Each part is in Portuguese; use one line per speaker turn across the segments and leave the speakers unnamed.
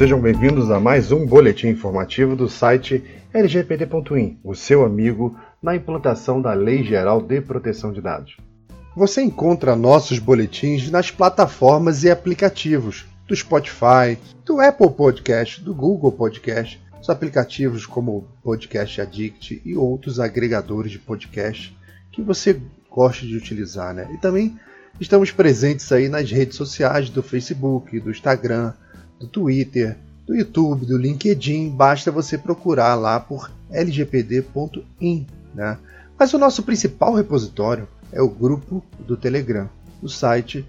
sejam bem-vindos a mais um boletim informativo do site lgpd.in, o seu amigo na implantação da Lei Geral de Proteção de Dados. Você encontra nossos boletins nas plataformas e aplicativos do Spotify, do Apple Podcast, do Google Podcast, os aplicativos como o Podcast Addict e outros agregadores de podcast que você gosta de utilizar, né? E também estamos presentes aí nas redes sociais do Facebook, do Instagram, do Twitter, do YouTube, do LinkedIn. Basta você procurar lá por lgpd.in, né? Mas o nosso principal repositório é o grupo do Telegram, no site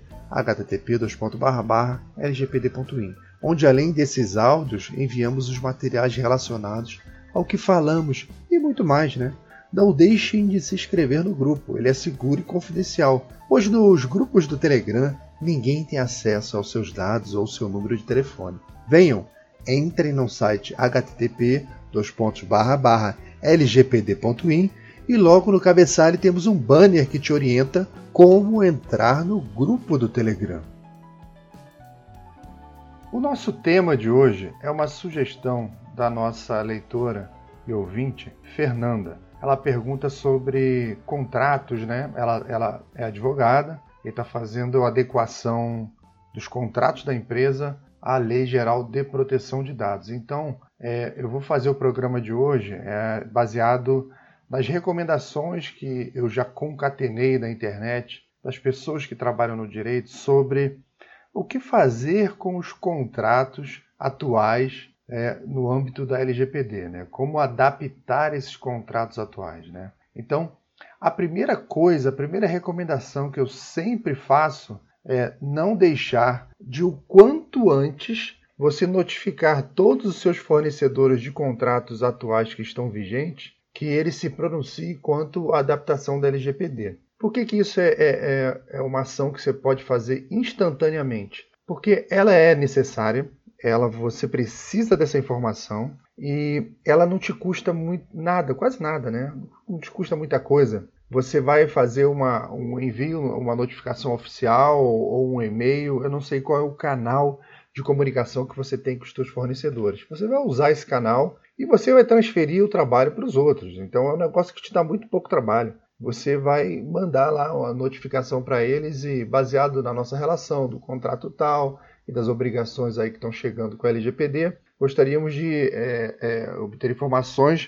http://lgpd.in, onde além desses áudios enviamos os materiais relacionados ao que falamos e muito mais, né? Não deixem de se inscrever no grupo, ele é seguro e confidencial, pois nos grupos do Telegram ninguém tem acesso aos seus dados ou seu número de telefone. Venham, entrem no site http://lgpd.in e logo no cabeçalho temos um banner que te orienta como entrar no grupo do Telegram. O nosso tema de hoje é uma sugestão da nossa leitora e ouvinte, Fernanda. Ela pergunta sobre contratos, né? Ela é advogada e está fazendo a adequação dos contratos da empresa à Lei Geral de Proteção de Dados. Então, eu vou fazer o programa de hoje baseado nas recomendações que eu já concatenei na internet das pessoas que trabalham no direito sobre o que fazer com os contratos atuais no âmbito da LGPD, né? Como adaptar esses contratos atuais, né? Então, a primeira recomendação que eu sempre faço é não deixar de o quanto antes você notificar todos os seus fornecedores de contratos atuais que estão vigentes que eles se pronunciem quanto à adaptação da LGPD. Por que isso é uma ação que você pode fazer instantaneamente? Porque ela é necessária, você precisa dessa informação e ela não te custa muito nada, quase nada, né? Não te custa muita coisa. Você vai fazer um envio, uma notificação oficial ou um e-mail, eu não sei qual é o canal de comunicação que você tem com os seus fornecedores. Você vai usar esse canal e você vai transferir o trabalho para os outros. Então é um negócio que te dá muito pouco trabalho. Você vai mandar lá uma notificação para eles e baseado na nossa relação do contrato tal e das obrigações aí que estão chegando com a LGPD, gostaríamos de obter informações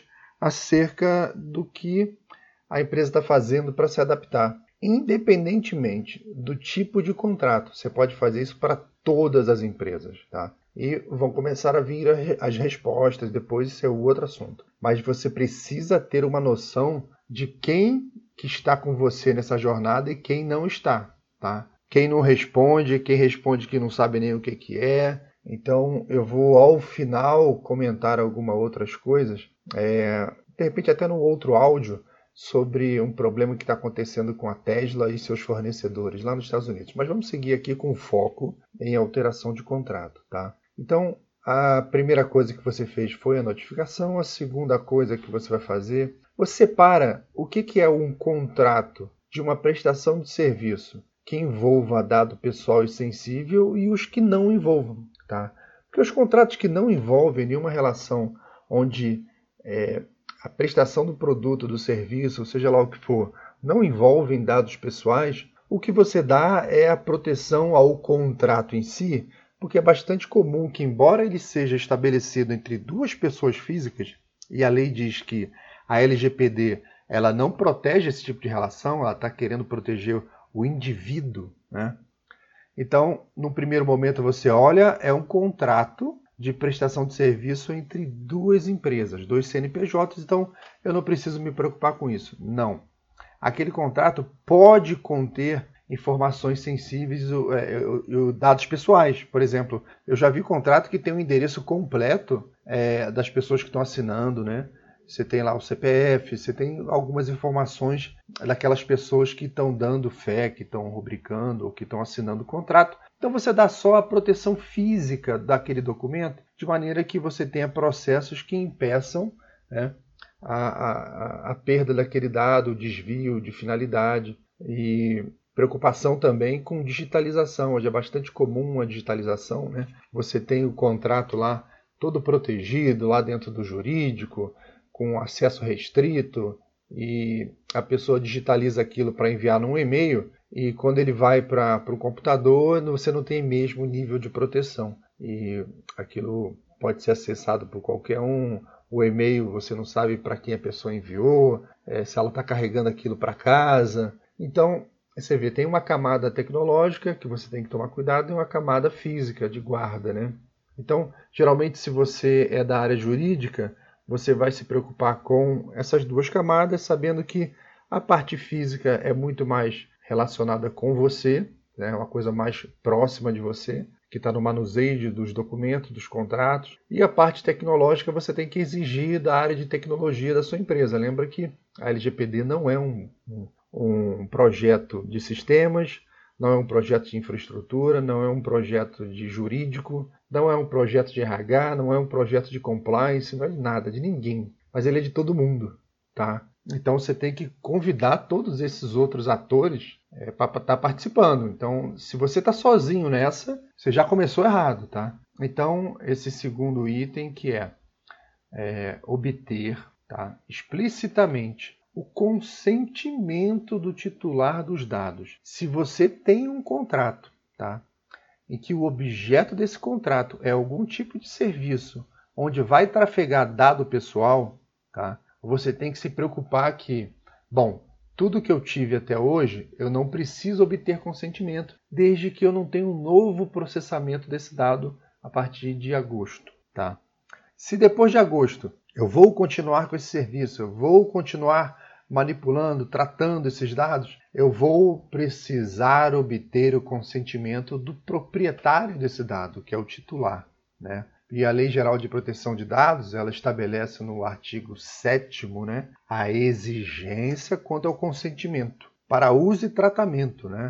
acerca do que a empresa está fazendo para se adaptar. Independentemente do tipo de contrato, você pode fazer isso para todas as empresas, tá? E vão começar a vir as respostas, depois isso é outro assunto. Mas você precisa ter uma noção de quem que está com você nessa jornada e quem não está, tá? Quem não responde, quem responde que não sabe nem o que é. Então eu vou ao final comentar algumas outras coisas, de repente até no outro áudio, sobre um problema que está acontecendo com a Tesla e seus fornecedores lá nos Estados Unidos. Mas vamos seguir aqui com foco em alteração de contrato, tá? Então, a primeira coisa que você fez foi a notificação. A segunda coisa que você vai fazer, você separa o que é um contrato de uma prestação de serviço que envolva dado pessoal e sensível e os que não envolvam, tá? Porque os contratos que não envolvem nenhuma relação onde a prestação do produto, do serviço, seja lá o que for, não envolvem dados pessoais, o que você dá é a proteção ao contrato em si, porque é bastante comum que, embora ele seja estabelecido entre duas pessoas físicas, e a lei diz que a LGPD ela não protege esse tipo de relação, ela está querendo proteger o indivíduo, né? Então, no primeiro momento você olha, é um contrato de prestação de serviço entre duas empresas, dois CNPJs, então eu não preciso me preocupar com isso. Não. Aquele contrato pode conter informações sensíveis, dados pessoais. Por exemplo, eu já vi contrato que tem o endereço completo das pessoas que estão assinando, né? Você tem lá o CPF, você tem algumas informações daquelas pessoas que estão dando fé, que estão rubricando ou que estão assinando o contrato. Então você dá só a proteção física daquele documento, de maneira que você tenha processos que impeçam, né, a perda daquele dado, o desvio de finalidade. E Preocupação também com digitalização. Hoje é bastante comum a digitalização, né? Você tem o contrato lá todo protegido, lá dentro do jurídico, com acesso restrito, e a pessoa digitaliza aquilo para enviar num e-mail, e quando ele vai para o computador, você não tem mesmo nível de proteção. E aquilo pode ser acessado por qualquer um. O e-mail, você não sabe para quem a pessoa enviou, se ela está carregando aquilo para casa. Então, você vê, tem uma camada tecnológica que você tem que tomar cuidado e uma camada física de guarda, né? Então, geralmente, se você é da área jurídica, você vai se preocupar com essas duas camadas, sabendo que a parte física é muito mais relacionada com você, né? Uma coisa mais próxima de você, que está no manuseio dos documentos, dos contratos. E a parte tecnológica você tem que exigir da área de tecnologia da sua empresa. Lembra que a LGPD não é um projeto de sistemas, não é um projeto de infraestrutura, não é um projeto de jurídico, não é um projeto de RH, não é um projeto de compliance, não é de nada, de ninguém. Mas ele é de todo mundo, tá? Então você tem que convidar todos esses outros atores para estar participando. Então, se você está sozinho nessa, você já começou errado, tá? Então, esse segundo item que é obter, tá, explicitamente o consentimento do titular dos dados. Se você tem um contrato, tá, em que o objeto desse contrato é algum tipo de serviço onde vai trafegar dado pessoal, tá, você tem que se preocupar que, bom, tudo que eu tive até hoje, eu não preciso obter consentimento, desde que eu não tenha um novo processamento desse dado a partir de agosto, tá? Se depois de agosto eu vou continuar com esse serviço, eu vou continuar manipulando, tratando esses dados, eu vou precisar obter o consentimento do proprietário desse dado, que é o titular, né? E a Lei Geral de Proteção de Dados, ela estabelece no artigo 7º, né, a exigência quanto ao consentimento para uso e tratamento, né?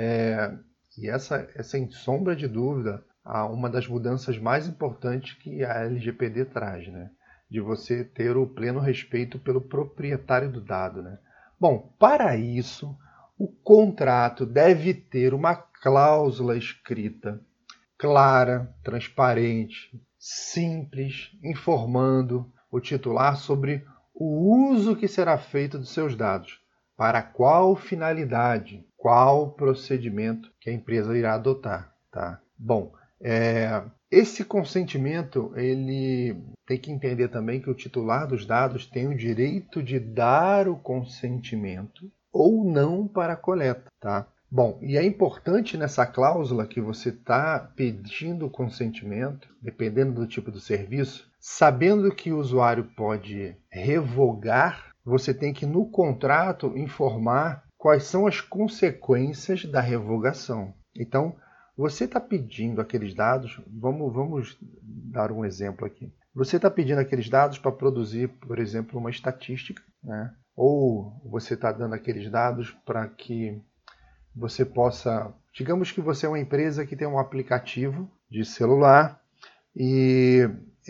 E essa, sem sombra de dúvida, uma das mudanças mais importantes que a LGPD traz, né? De você ter o pleno respeito pelo proprietário do dado, né? Bom, para isso, o contrato deve ter uma cláusula escrita clara, transparente, simples, informando o titular sobre o uso que será feito dos seus dados, para qual finalidade, qual procedimento que a empresa irá adotar, tá? Bom, esse consentimento, ele tem que entender também que o titular dos dados tem o direito de dar o consentimento ou não para a coleta, tá? Bom, e é importante nessa cláusula que você está pedindo consentimento, dependendo do tipo do serviço, sabendo que o usuário pode revogar, você tem que no contrato informar quais são as consequências da revogação. Então, você está pedindo aqueles dados, vamos dar um exemplo aqui. Você está pedindo aqueles dados para produzir, por exemplo, uma estatística, né? Ou você está dando aqueles dados para que você possa... Digamos que você é uma empresa que tem um aplicativo de celular e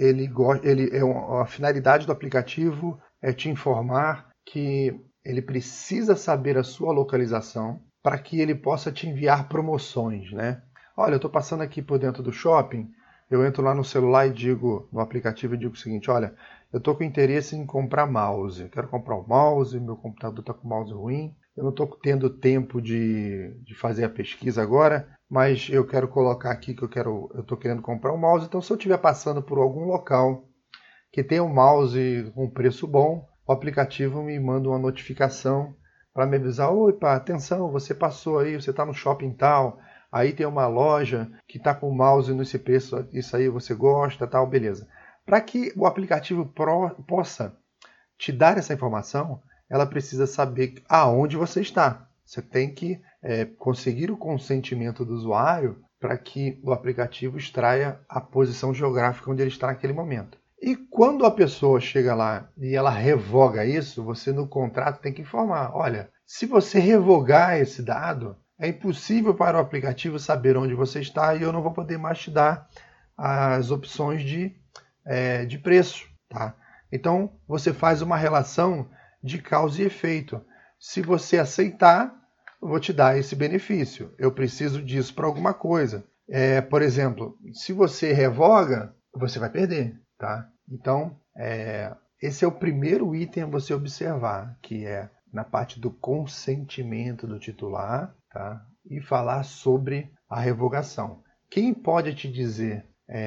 a finalidade do aplicativo é te informar que ele precisa saber a sua localização para que ele possa te enviar promoções, né? Olha, eu estou passando aqui por dentro do shopping, eu entro lá no celular e digo, no aplicativo, e digo o seguinte, olha, eu estou com interesse em comprar mouse, eu quero comprar um mouse, meu computador está com mouse ruim, eu não estou tendo tempo de fazer a pesquisa agora, mas eu quero colocar aqui que eu estou querendo comprar um mouse, então se eu estiver passando por algum local que tem um mouse com preço bom, o aplicativo me manda uma notificação para me avisar, opa, atenção, você passou aí, você está no shopping tal, aí tem uma loja que está com o mouse nesse preço, isso aí você gosta, tal, beleza. Para que o aplicativo possa te dar essa informação, ela precisa saber aonde você está. Você tem que conseguir o consentimento do usuário para que o aplicativo extraia a posição geográfica onde ele está naquele momento. E quando a pessoa chega lá e ela revoga isso, você no contrato tem que informar, olha, se você revogar esse dado, é impossível para o aplicativo saber onde você está e eu não vou poder mais te dar as opções de preço, tá? Então, você faz uma relação de causa e efeito. Se você aceitar, eu vou te dar esse benefício. Eu preciso disso para alguma coisa. Por exemplo, se você revoga, você vai perder, tá? Então, esse é o primeiro item a você observar, que é na parte do consentimento do titular, tá? E falar sobre a revogação. Quem pode te dizer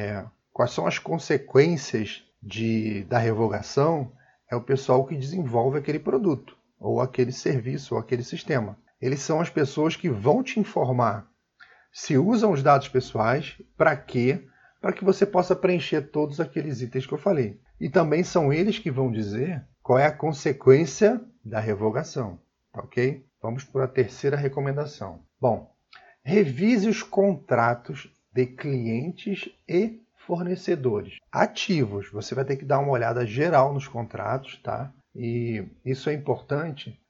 quais são as consequências da revogação é o pessoal que desenvolve aquele produto, ou aquele serviço, ou aquele sistema. Eles são as pessoas que vão te informar se usam os dados pessoais, para quê? Para que você possa preencher todos aqueles itens que eu falei. E também são eles que vão dizer qual é a consequência da revogação, tá ok? Vamos para a terceira recomendação. Bom, revise os contratos de clientes e fornecedores ativos. Você vai ter que dar uma olhada geral nos contratos, tá? E isso é importante,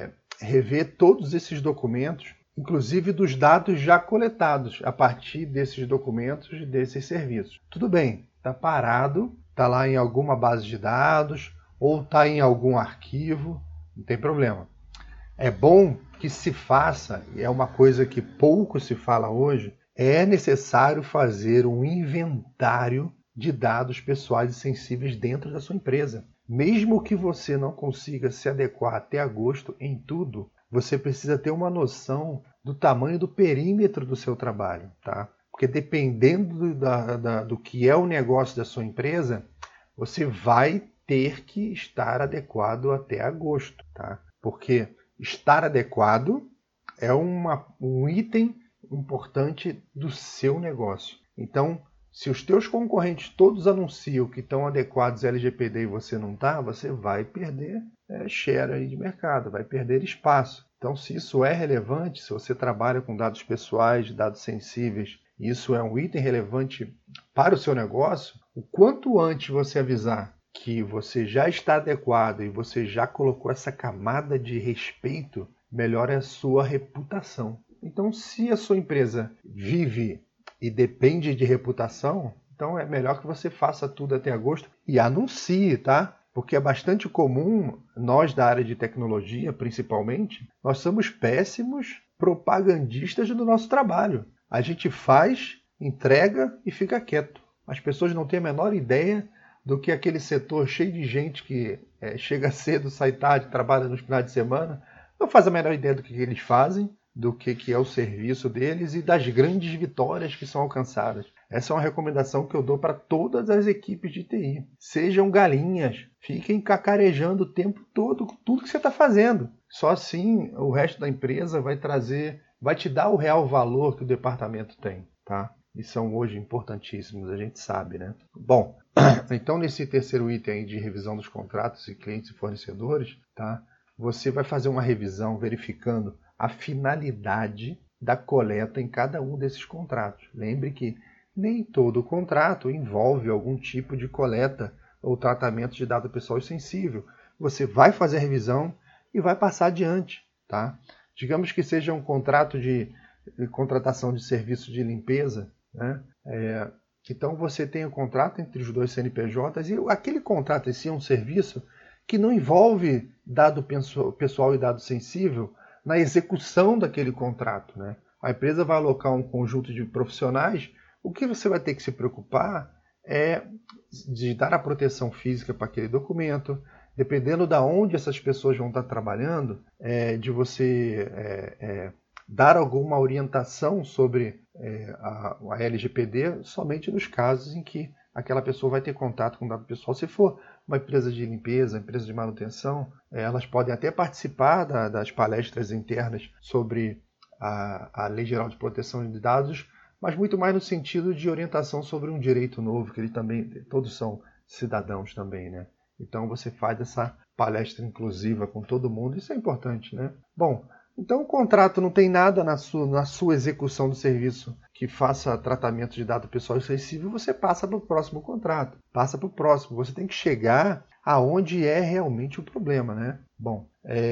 rever todos esses documentos, inclusive dos dados já coletados a partir desses documentos e desses serviços. Tudo bem, está parado, está lá em alguma base de dados ou está em algum arquivo, não tem problema. É bom que se faça, e é uma coisa que pouco se fala hoje, é necessário fazer um inventário de dados pessoais e sensíveis dentro da sua empresa. Mesmo que você não consiga se adequar até agosto em tudo, você precisa ter uma noção do tamanho do perímetro do seu trabalho, tá? Porque dependendo do que é o negócio da sua empresa, você vai ter que estar adequado até agosto, tá? Porque estar adequado é um item importante do seu negócio. Então, se os teus concorrentes todos anunciam que estão adequados à LGPD e você não está, você vai perder share aí de mercado, vai perder espaço. Então, se isso é relevante, se você trabalha com dados pessoais, dados sensíveis, e isso é um item relevante para o seu negócio, o quanto antes você avisar que você já está adequado e você já colocou essa camada de respeito, melhor é a sua reputação. Então, se a sua empresa vive e depende de reputação, então é melhor que você faça tudo até agosto e anuncie, tá? Porque é bastante comum, nós da área de tecnologia, principalmente, nós somos péssimos propagandistas do nosso trabalho. A gente faz, entrega e fica quieto. As pessoas não têm a menor ideia do que aquele setor cheio de gente que chega cedo, sai tarde, trabalha nos finais de semana, não faz a menor ideia do que eles fazem, do que é o serviço deles e das grandes vitórias que são alcançadas. Essa é uma recomendação que eu dou para todas as equipes de TI. Sejam galinhas, fiquem cacarejando o tempo todo tudo que você está fazendo. Só assim o resto da empresa vai te dar o real valor que o departamento tem, tá? E são hoje importantíssimos, a gente sabe, né? Bom, então nesse terceiro item aí de revisão dos contratos de clientes e fornecedores, tá? Você vai fazer uma revisão verificando a finalidade da coleta em cada um desses contratos. Lembre que nem todo contrato envolve algum tipo de coleta ou tratamento de dado pessoal sensível. Você vai fazer a revisão e vai passar adiante, tá? Digamos que seja um contrato de contratação de serviço de limpeza, né? Então você tem o contrato entre os dois CNPJs e aquele contrato em si é um serviço que não envolve dado pessoal e dado sensível na execução daquele contrato, né? A empresa vai alocar um conjunto de profissionais, o que você vai ter que se preocupar é de dar a proteção física para aquele documento, dependendo de onde essas pessoas vão estar trabalhando, de você dar alguma orientação sobre a LGPD somente nos casos em que aquela pessoa vai ter contato com dado pessoal. Se for uma empresa de limpeza, empresa de manutenção, elas podem até participar das palestras internas sobre a Lei Geral de Proteção de Dados, mas muito mais no sentido de orientação sobre um direito novo, que ele também, todos são cidadãos também, né? Então você faz essa palestra inclusiva com todo mundo, isso é importante, né? Bom, então o contrato não tem nada na sua execução do serviço que faça tratamento de dado pessoal sensível, você passa para o próximo contrato, passa para o próximo. Você tem que chegar aonde é realmente o problema, né? Bom,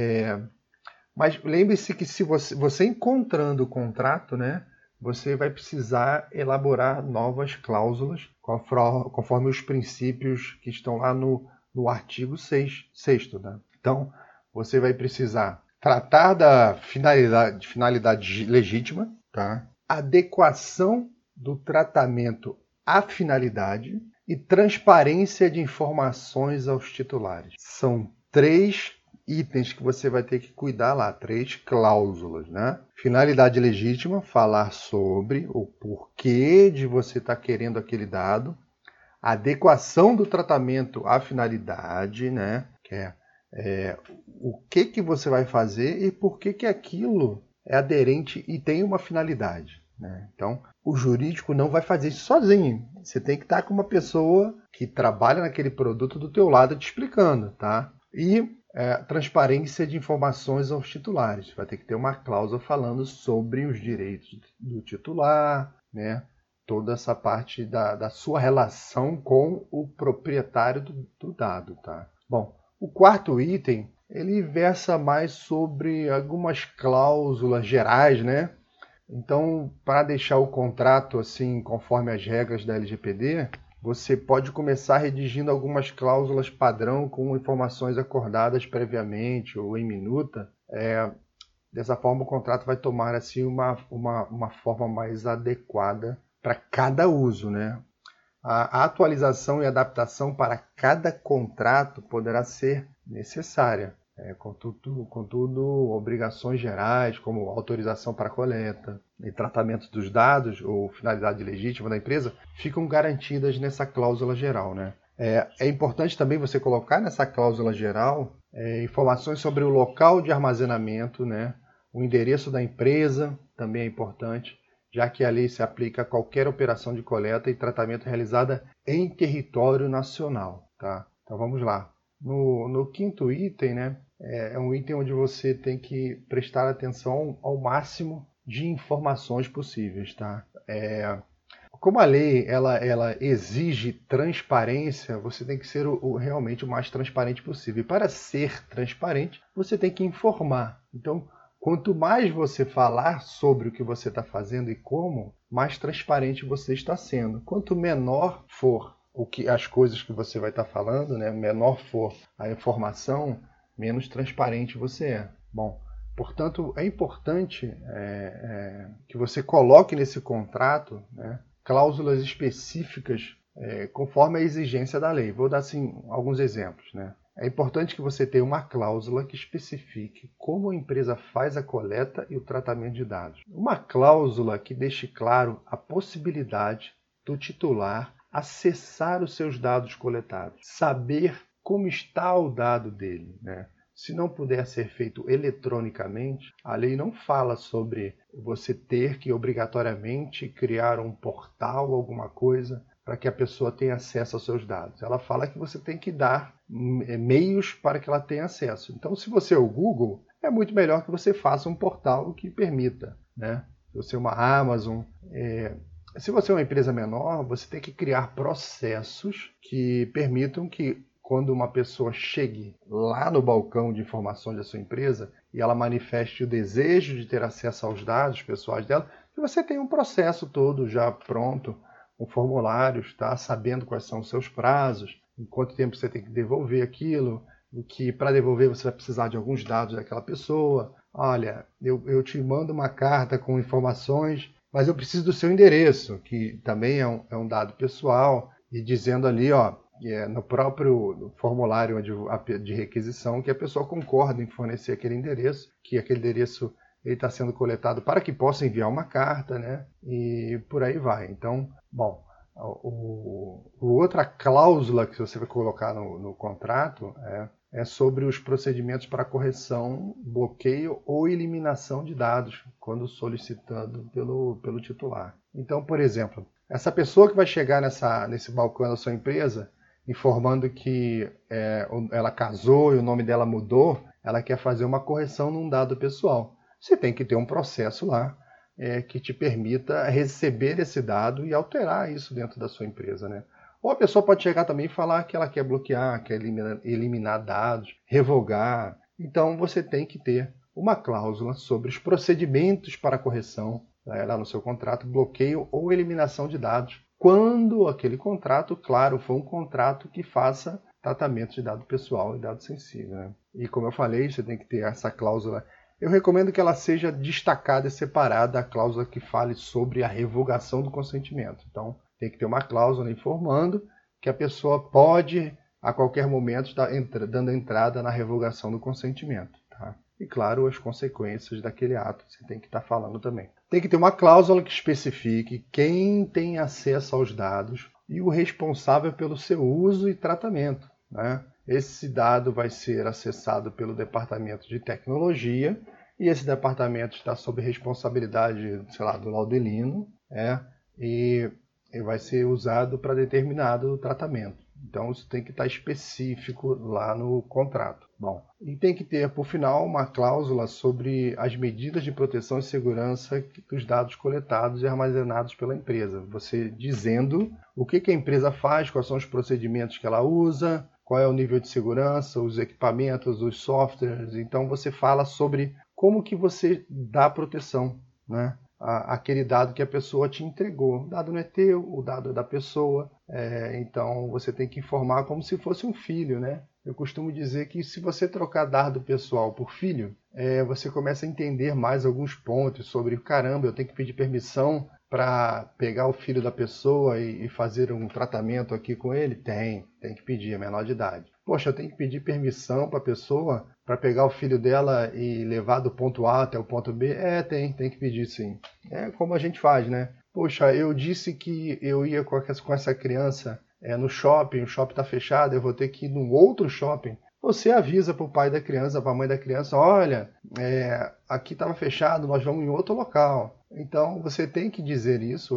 mas lembre-se que se você encontrando o contrato, né, você vai precisar elaborar novas cláusulas conforme os princípios que estão lá no artigo 6º, né? Então, você vai precisar tratar da finalidade legítima, tá? Adequação do tratamento à finalidade e transparência de informações aos titulares. São 3 itens que você vai ter que cuidar lá, 3 cláusulas, né? Finalidade legítima, falar sobre o porquê de você estar querendo aquele dado. Adequação do tratamento à finalidade, né? Que é o que você vai fazer e por que aquilo é aderente e tem uma finalidade, né? Então, o jurídico não vai fazer isso sozinho. Você tem que estar com uma pessoa que trabalha naquele produto do teu lado te explicando, tá? E transparência de informações aos titulares. Vai ter que ter uma cláusula falando sobre os direitos do titular, né? Toda essa parte da sua relação com o proprietário do dado, tá? Bom, o quarto item, ele versa mais sobre algumas cláusulas gerais, né? Então, para deixar o contrato assim, conforme as regras da LGPD, você pode começar redigindo algumas cláusulas padrão com informações acordadas previamente ou em minuta. Dessa forma, o contrato vai tomar assim, uma forma mais adequada para cada uso, né? A atualização e adaptação para cada contrato poderá ser necessária, contudo, obrigações gerais, como autorização para coleta e tratamento dos dados ou finalidade legítima da empresa, ficam garantidas nessa cláusula geral, né? É importante também você colocar nessa cláusula geral informações sobre o local de armazenamento, né? O endereço da empresa também é importante, já que a lei se aplica a qualquer operação de coleta e tratamento realizada em território nacional, tá? Então vamos lá. No quinto item, né, é um item onde você tem que prestar atenção ao máximo de informações possíveis, tá? Como a lei ela exige transparência, você tem que ser realmente o mais transparente possível. E para ser transparente, você tem que informar. Então, quanto mais você falar sobre o que você está fazendo e como, mais transparente você está sendo. Quanto menor for as coisas que você vai estar falando, né, menor for a informação, menos transparente você é. Bom, portanto, é importante que você coloque nesse contrato, né, cláusulas específicas conforme a exigência da lei. Vou dar assim, alguns exemplos, né? É importante que você tenha uma cláusula que especifique como a empresa faz a coleta e o tratamento de dados. Uma cláusula que deixe claro a possibilidade do titular acessar os seus dados coletados, saber como está o dado dele, né? Se não puder ser feito eletronicamente, a lei não fala sobre você ter que obrigatoriamente criar um portal, alguma coisa, para que a pessoa tenha acesso aos seus dados. Ela fala que você tem que dar meios para que ela tenha acesso. Então, se você é o Google, é muito melhor que você faça um portal que permita, né? Se você é uma Amazon, se você é uma empresa menor, você tem que criar processos que permitam que, quando uma pessoa chegue lá no balcão de informações da sua empresa e ela manifeste o desejo de ter acesso aos dados pessoais dela, que você tenha um processo todo já pronto, com formulários, tá? Sabendo quais são os seus prazos, em quanto tempo você tem que devolver aquilo, que para devolver você vai precisar de alguns dados daquela pessoa. Olha, eu te mando uma carta com informações, mas eu preciso do seu endereço, que também é um dado pessoal, e dizendo ali, no próprio formulário de requisição, que a pessoa concorda em fornecer aquele endereço, que aquele endereço está sendo coletado para que possa enviar uma carta, né? E por aí vai. Então, bom, outra cláusula que você vai colocar no contrato é sobre os procedimentos para correção, bloqueio ou eliminação de dados quando solicitado pelo titular. Então, por exemplo, essa pessoa que vai chegar nesse balcão da sua empresa, informando que ela casou e o nome dela mudou, ela quer fazer uma correção num dado pessoal. Você tem que ter um processo lá que te permita receber esse dado e alterar isso dentro da sua empresa, né? Ou a pessoa pode chegar também e falar que ela quer bloquear, quer eliminar dados, revogar. Então você tem que ter uma cláusula sobre os procedimentos para correção, lá no seu contrato, bloqueio ou eliminação de dados, quando aquele contrato, claro, for um contrato que faça tratamento de dado pessoal e dado sensível, né? E como eu falei, você tem que ter essa cláusula. Eu recomendo que ela seja destacada e separada da cláusula que fale sobre a revogação do consentimento. Então, tem que ter uma cláusula informando que a pessoa pode, a qualquer momento, estar dando entrada na revogação do consentimento. Tá? E, claro, as consequências daquele ato você tem que estar falando também. Tem que ter uma cláusula que especifique quem tem acesso aos dados e o responsável pelo seu uso e tratamento, né? Esse dado vai ser acessado pelo Departamento de Tecnologia e esse departamento está sob responsabilidade, sei lá, do laudelino, e vai ser usado para determinado tratamento. Então, isso tem que estar específico lá no contrato. Bom, e tem que ter, por final, uma cláusula sobre as medidas de proteção e segurança dos dados coletados e armazenados pela empresa. Você dizendo o que a empresa faz, quais são os procedimentos que ela usa, qual é o nível de segurança, os equipamentos, os softwares. Então, você fala sobre como que você dá proteção, né? Aquele dado que a pessoa te entregou. O dado não é teu, o dado é da pessoa. Então, você tem que informar como se fosse um filho, né? Eu costumo dizer que se você trocar dado pessoal por filho, você começa a entender mais alguns pontos sobre, caramba, eu tenho que pedir permissão para pegar o filho da pessoa e fazer um tratamento aqui com ele? Tem que pedir, é menor de idade. Poxa, eu tenho que pedir permissão para a pessoa para pegar o filho dela e levar do ponto A até o ponto B? Tem que pedir sim. É como a gente faz, né? Poxa, eu disse que eu ia com essa criança no shopping, o shopping está fechado, eu vou ter que ir num outro shopping. Você avisa para o pai da criança, para a mãe da criança, olha, aqui estava fechado, nós vamos em outro local. Então, você tem que dizer isso,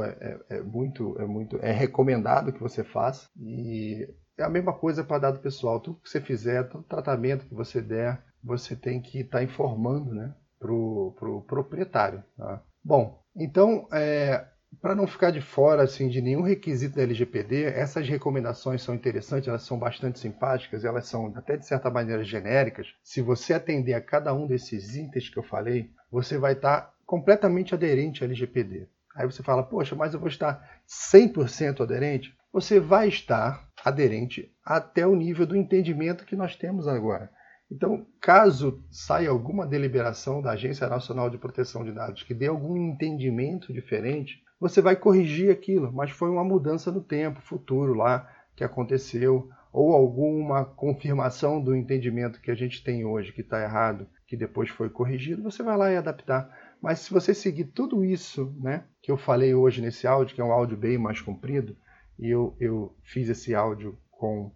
é recomendado que você faça. E é a mesma coisa para dado pessoal. Tudo que você fizer, todo tratamento que você der, você tem que estar informando, né, para o proprietário. Tá? Bom, então, para não ficar de fora assim, de nenhum requisito da LGPD, essas recomendações são interessantes, elas são bastante simpáticas, elas são até de certa maneira genéricas. Se você atender a cada um desses itens que eu falei, você vai estar completamente aderente à LGPD. Aí você fala, poxa, mas eu vou estar 100% aderente? Você vai estar aderente até o nível do entendimento que nós temos agora. Então, caso saia alguma deliberação da Agência Nacional de Proteção de Dados que dê algum entendimento diferente, você vai corrigir aquilo, mas foi uma mudança no tempo, futuro lá, que aconteceu, ou alguma confirmação do entendimento que a gente tem hoje, que está errado, que depois foi corrigido, você vai lá e adaptar. Mas se você seguir tudo isso, né, que eu falei hoje nesse áudio, que é um áudio bem mais comprido, e eu fiz esse áudio com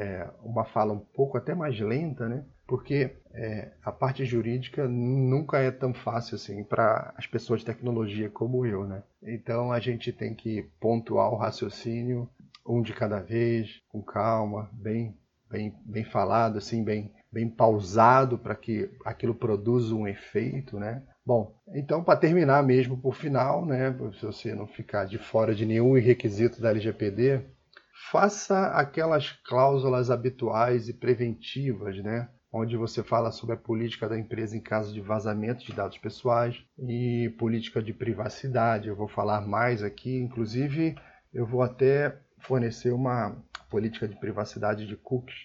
uma fala um pouco até mais lenta, né, porque a parte jurídica nunca é tão fácil assim para as pessoas de tecnologia como eu, né? Então a gente tem que pontuar o raciocínio um de cada vez, com calma, bem falado, assim, bem pausado para que aquilo produza um efeito, né? Bom, então para terminar mesmo por final, né, se você não ficar de fora de nenhum requisito da LGPD, faça aquelas cláusulas habituais e preventivas, né? Onde você fala sobre a política da empresa em caso de vazamento de dados pessoais e política de privacidade. Eu vou falar mais aqui, inclusive eu vou até fornecer uma política de privacidade de cookies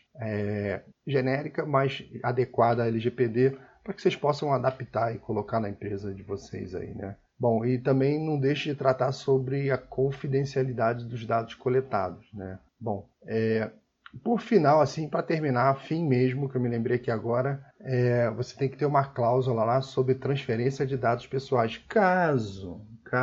genérica, mas adequada à LGPD, para que vocês possam adaptar e colocar na empresa de vocês aí, né? Bom, e também não deixe de tratar sobre a confidencialidade dos dados coletados, né? Bom, por final, assim, para terminar, fim mesmo, que eu me lembrei aqui agora, você tem que ter uma cláusula lá sobre transferência de dados pessoais. Caso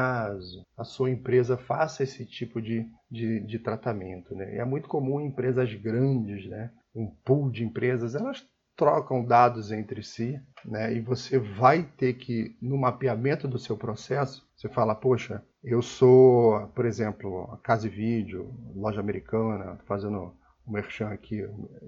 a sua empresa faça esse tipo de tratamento, né? É muito comum em empresas grandes, né? Um pool de empresas, elas trocam dados entre si, né? E você vai ter que, no mapeamento do seu processo, você fala, poxa, eu sou, por exemplo, a Casa e Vídeo, loja americana, fazendo o merchan aqui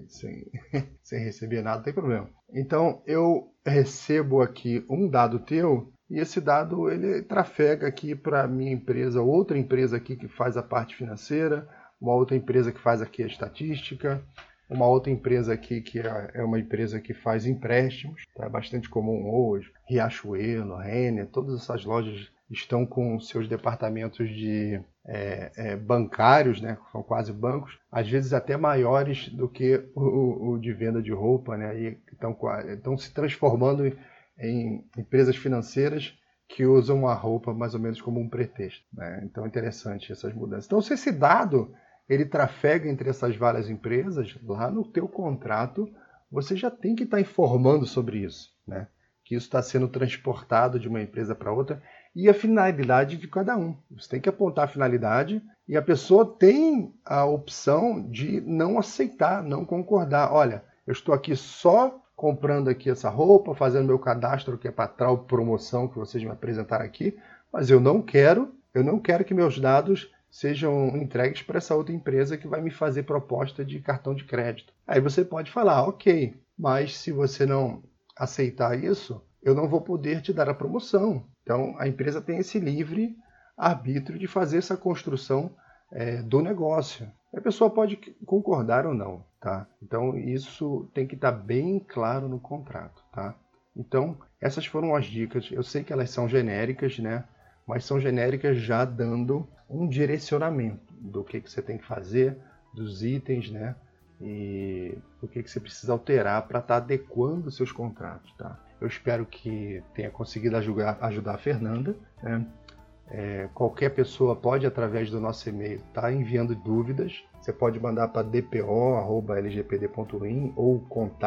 sem receber nada, não tem problema. Então, eu recebo aqui um dado teu e esse dado ele trafega aqui para a minha empresa, outra empresa aqui que faz a parte financeira, uma outra empresa que faz aqui a estatística, uma outra empresa aqui que é uma empresa que faz empréstimos, é bastante comum hoje, Riachuelo, Renner, todas essas lojas estão com seus departamentos de bancários, né? São quase bancos, às vezes até maiores do que o de venda de roupa, né? E estão se transformando em empresas financeiras que usam a roupa mais ou menos como um pretexto, né? Então é interessante essas mudanças. Então, se esse dado ele trafega entre essas várias empresas, lá no teu contrato você já tem que estar informando sobre isso, né? Que isso está sendo transportado de uma empresa para outra e a finalidade de cada um. Você tem que apontar a finalidade e a pessoa tem a opção de não aceitar, não concordar. Olha, eu estou aqui só comprando aqui essa roupa, fazendo meu cadastro que é para tal promoção que vocês me apresentaram aqui, mas eu não quero que meus dados sejam entregues para essa outra empresa que vai me fazer proposta de cartão de crédito. Aí você pode falar, ok, mas se você não aceitar isso, eu não vou poder te dar a promoção. Então, a empresa tem esse livre arbítrio de fazer essa construção do negócio. A pessoa pode concordar ou não, tá? Então, isso tem que estar bem claro no contrato, tá? Então, essas foram as dicas. Eu sei que elas são genéricas, né? Mas são genéricas já dando um direcionamento do que você tem que fazer, dos itens, né? E o que você precisa alterar para estar adequando os seus contratos, tá? Eu espero que tenha conseguido ajudar a Fernanda, né? Qualquer pessoa pode, através do nosso e-mail, estar enviando dúvidas. Você pode mandar para dpo@lgpd.in ou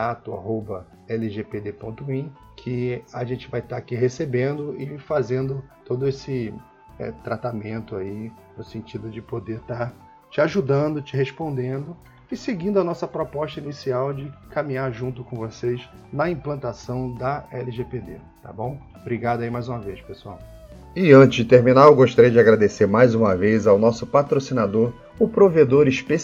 contato@lgpd.in, que a gente vai estar aqui recebendo e fazendo todo esse tratamento aí, no sentido de poder estar te ajudando, te respondendo e seguindo a nossa proposta inicial de caminhar junto com vocês na implantação da LGPD, tá bom? Obrigado aí mais uma vez, pessoal. E antes de terminar, eu gostaria de agradecer mais uma vez ao nosso patrocinador, o provedor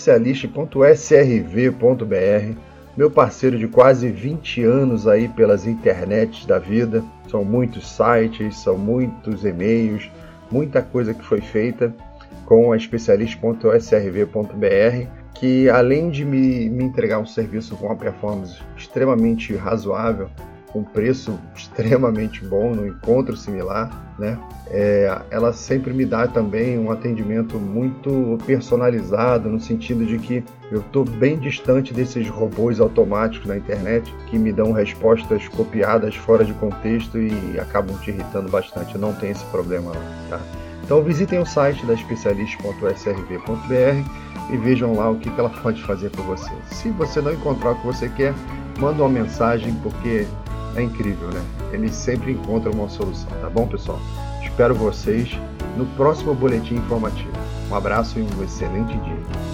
especialista.srv.br, meu parceiro de quase 20 anos aí pelas internets da vida. São muitos sites, são muitos e-mails, muita coisa que foi feita com a especialista.srv.br, que além de me entregar um serviço com uma performance extremamente razoável, com preço extremamente bom, no encontro similar, né? Ela sempre me dá também um atendimento muito personalizado, no sentido de que eu estou bem distante desses robôs automáticos na internet que me dão respostas copiadas fora de contexto e acabam te irritando bastante. Eu não tenho esse problema lá, tá? Então visitem o site da especialista.srv.br e vejam lá o que ela pode fazer por você. Se você não encontrar o que você quer, manda uma mensagem, porque é incrível, né? Eles sempre encontram uma solução, tá bom, pessoal? Espero vocês no próximo boletim informativo. Um abraço e um excelente dia.